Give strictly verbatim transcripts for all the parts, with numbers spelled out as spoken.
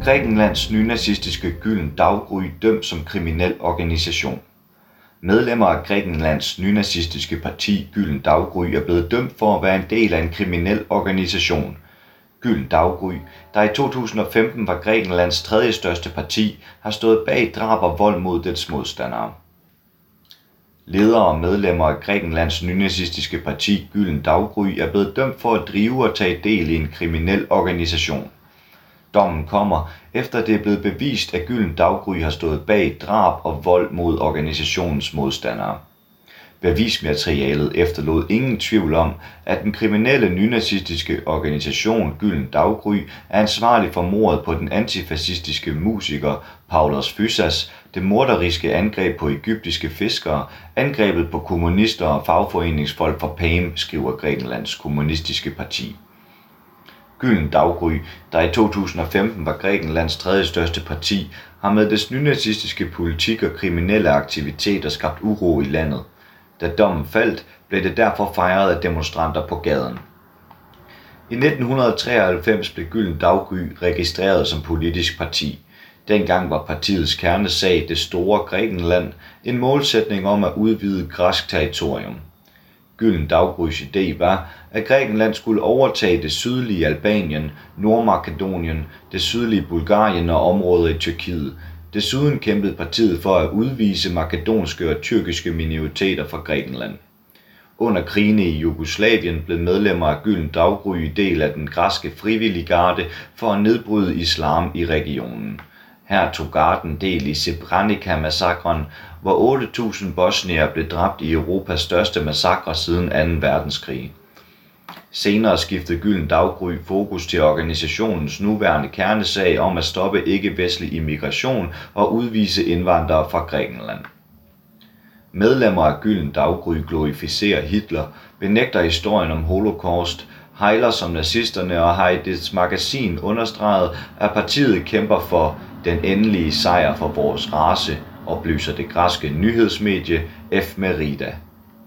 Grækenlands nynazistiske Gylden Daggry dømt som kriminel organisation. Medlemmer af Grækenlands nynazistiske parti Gylden Daggry er blevet dømt for at være en del af en kriminel organisation. Gylden Daggry, der i to tusind og femten var Grækenlands tredje største parti, har stået bag drab og vold mod dets modstandere. Ledere og medlemmer af Grækenlands nynazistiske parti Gylden Daggry er blevet dømt for at drive og tage del i en kriminel organisation. Dommen kommer, efter det er blevet bevist, at Gylden Daggry har stået bag drab og vold mod organisationens modstandere. Bevismaterialet efterlod ingen tvivl om, at den kriminelle nynazistiske organisation Gylden Daggry er ansvarlig for mordet på den antifascistiske musiker Paulos Fyssas, det morderiske angreb på egyptiske fiskere, angrebet på kommunister og fagforeningsfolk fra P A M, skriver Grækenlands kommunistiske parti. Gylden Daggry, der i to tusind og femten var Grækenlands tredje største parti, har med dets nynazistiske politik og kriminelle aktiviteter skabt uro i landet. Da dommen faldt, blev det derfor fejret af demonstranter på gaden. I nitten treoghalvfems blev Gylden Daggry registreret som politisk parti. Dengang var partiets kernesag det store Grækenland, en målsætning om at udvide græsk territorium. Gylden Daggrys idé var, at Grækenland skulle overtage det sydlige Albanien, Nordmakedonien, det sydlige Bulgarien og områder i Tyrkiet. Desuden kæmpede partiet for at udvise makedonske og tyrkiske minoriteter fra Grækenland. Under krigene i Jugoslavien blev medlemmer af Gylden Daggry del af den græske frivillige garde for at nedbryde islam i regionen. Her tog garden del i Srebrenica-massakren, hvor otte tusind bosniere blev dræbt i Europas største massakre siden anden verdenskrig. Senere skiftede Gylden Daggry fokus til organisationens nuværende kernesag om at stoppe ikke-vestlig immigration og udvise indvandrere fra Grækenland. Medlemmer af Gylden Daggry glorificerer Hitler, benægter historien om Holocaust, hejler som nazisterne og har i dets magasin understreget, at partiet kæmper for den endelige sejr for vores race, oplyser det græske nyhedsmedie Efmerida.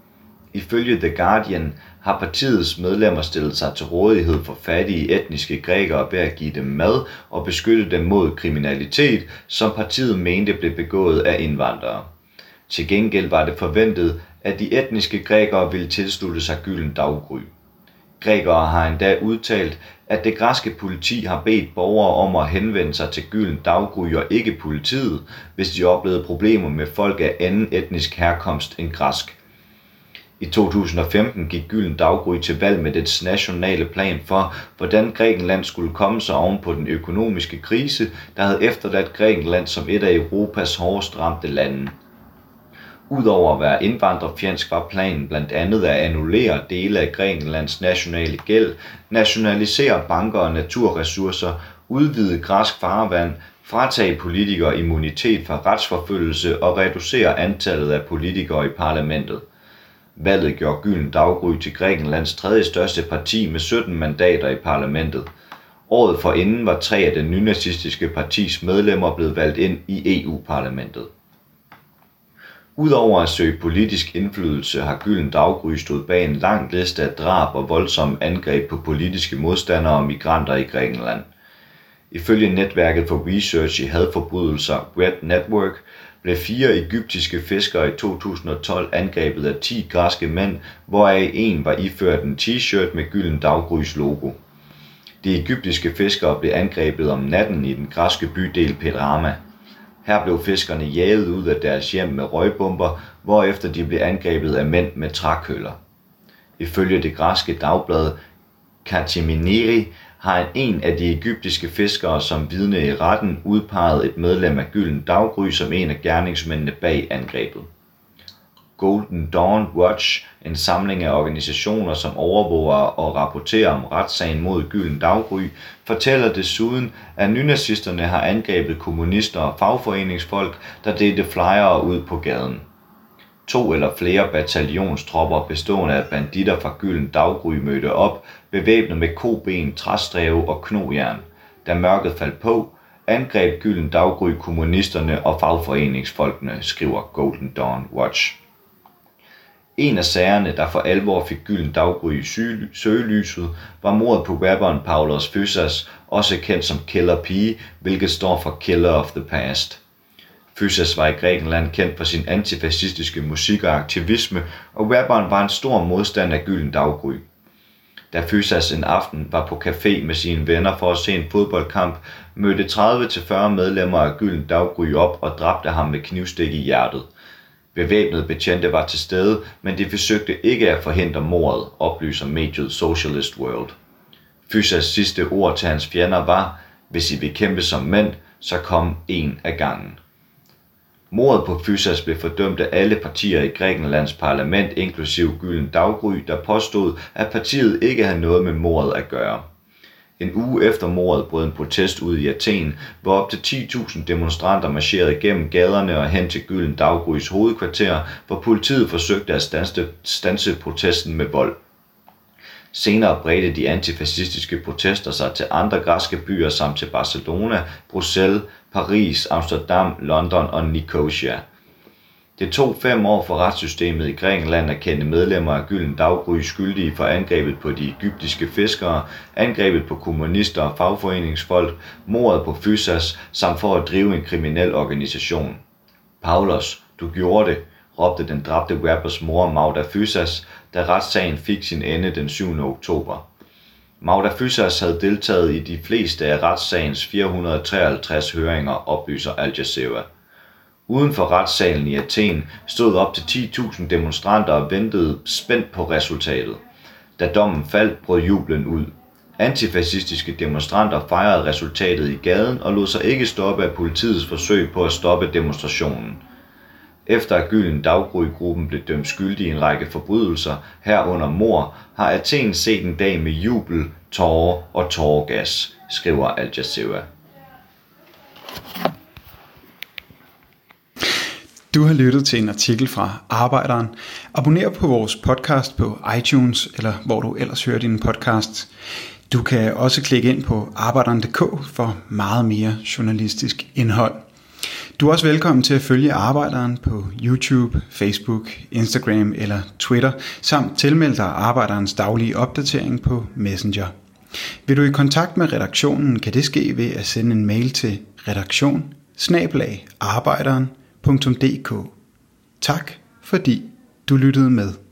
Ifølge The Guardian har partiets medlemmer stillet sig til rådighed for fattige etniske grækere ved at give dem mad og beskytte dem mod kriminalitet, som partiet mente blev begået af indvandrere. Til gengæld var det forventet, at de etniske grækere ville tilslutte sig Gylden Daggry. Grækere har endda udtalt, at det græske politi har bedt borgere om at henvende sig til Gylden Daggry og ikke politiet, hvis de oplevede problemer med folk af anden etnisk herkomst end græsk. I to tusind og femten gik Gylden Daggry til valg med dets nationale plan for, hvordan Grækenland skulle komme sig oven på den økonomiske krise, der havde efterladt Grækenland som et af Europas hårdest ramte lande. Udover at være indvandrerfjendsk var planen blandt andet at annullere dele af Grækenlands nationale gæld, nationalisere banker og naturressourcer, udvide græsk farvand, fratage politikere immunitet fra retsforfølgelse og reducere antallet af politikere i parlamentet. Valget gjorde Gylden Daggry til Grækenlands tredje største parti med sytten mandater i parlamentet. Året forinden var tre af det nynazistiske partis medlemmer blevet valgt ind i E U-parlamentet. Udover at søge politisk indflydelse har Gylden Daggry stået bag en lang liste af drab og voldsomme angreb på politiske modstandere og migranter i Grækenland. Ifølge netværket for research i hadforbrydelser Red Network blev fire egyptiske fiskere i to tusind og tolv angrebet af ti græske mænd, hvoraf en var iført en t-shirt med Gylden Daggrys logo. De egyptiske fiskere blev angrebet om natten i den græske bydel Pedrama. Her blev fiskerne jaget ud af deres hjem med røgbomber, hvorefter de blev angrebet af mænd med trækøller. Ifølge det græske dagblad Kathimerini har en af de egyptiske fiskere som vidne i retten udpeget et medlem af Gylden Daggry som en af gerningsmændene bag angrebet. Golden Dawn Watch, en samling af organisationer, som overvåger og rapporterer om retssagen mod Gylden Daggry, fortæller desuden, at nynazisterne har angrebet kommunister og fagforeningsfolk, der delte flyere ud på gaden. To eller flere bataljonstropper bestående af banditter fra Gylden Daggry mødte op, bevæbnet med koben, træstrave og knogjern. Da mørket faldt på, angreb Gylden Daggry kommunisterne og fagforeningsfolkene, skriver Golden Dawn Watch. En af sagerne, der for alvor fik Gylden Daggry i søgelyset, var mordet på rapperen Pavlos Fyssas, også kendt som Killer P, hvilket står for Killer of the Past. Fyssas var i Grækenland kendt for sin antifascistiske musik og aktivisme, og rapperen var en stor modstander af Gylden Daggry. Da Fyssas en aften var på café med sine venner for at se en fodboldkamp, mødte tredive til fyrre medlemmer af Gylden Daggry op og dræbte ham med knivstik i hjertet. Bevæbnede betjente var til stede, men de forsøgte ikke at forhindre mordet, oplyser mediet Socialist World. Fyssas sidste ord til hans fjender var: "Hvis I vil kæmpe som mænd, så kom en af gangen." Mordet på Fyssas blev fordømt af alle partier i Grækenlands parlament, inklusive Gylden Daggry, der påstod, at partiet ikke havde noget med mordet at gøre. En uge efter mordet brød en protest ud i Athen, hvor op til ti tusind demonstranter marcherede gennem gaderne og hen til Gylden Daggrys hovedkvarter, hvor politiet forsøgte at standse, standse protesten med vold. Senere bredte de antifascistiske protester sig til andre græske byer samt til Barcelona, Bruxelles, Paris, Amsterdam, London og Nicosia. Det tog fem år for retssystemet i Grækenland at kende medlemmer af Gylden Daggry skyldige for angrebet på de egyptiske fiskere, angrebet på kommunister og fagforeningsfolk, mordet på Fyssas samt for at drive en kriminel organisation. "Pavlos, du gjorde det", råbte den dræbte rappers mor Magda Fyssas, da retssagen fik sin ende den syvende oktober. Magda Fyssas havde deltaget i de fleste af retssagens fire hundrede treoghalvtreds høringer, oplyser Al Jazeera. Uden for retssalen i Athen stod op til ti tusind demonstranter og ventede spændt på resultatet. Da dommen faldt, brød jublen ud. Antifascistiske demonstranter fejrede resultatet i gaden og lod sig ikke stoppe af politiets forsøg på at stoppe demonstrationen. Efter at Gylden Daggry-gruppen blev dømt skyldig i en række forbrydelser, herunder mord, har Athen set en dag med jubel, tårer og tåregas, skriver Al Jazeera. Du har lyttet til en artikel fra Arbejderen. Abonner på vores podcast på iTunes, eller hvor du ellers hører dine podcasts. Du kan også klikke ind på arbejderen punktum d k for meget mere journalistisk indhold. Du er også velkommen til at følge Arbejderen på YouTube, Facebook, Instagram eller Twitter, samt tilmelde dig Arbejderens daglige opdatering på Messenger. Vil du i kontakt med redaktionen, kan det ske ved at sende en mail til redaktion bindestreg arbejderen punktum d k. Tak fordi du lyttede med.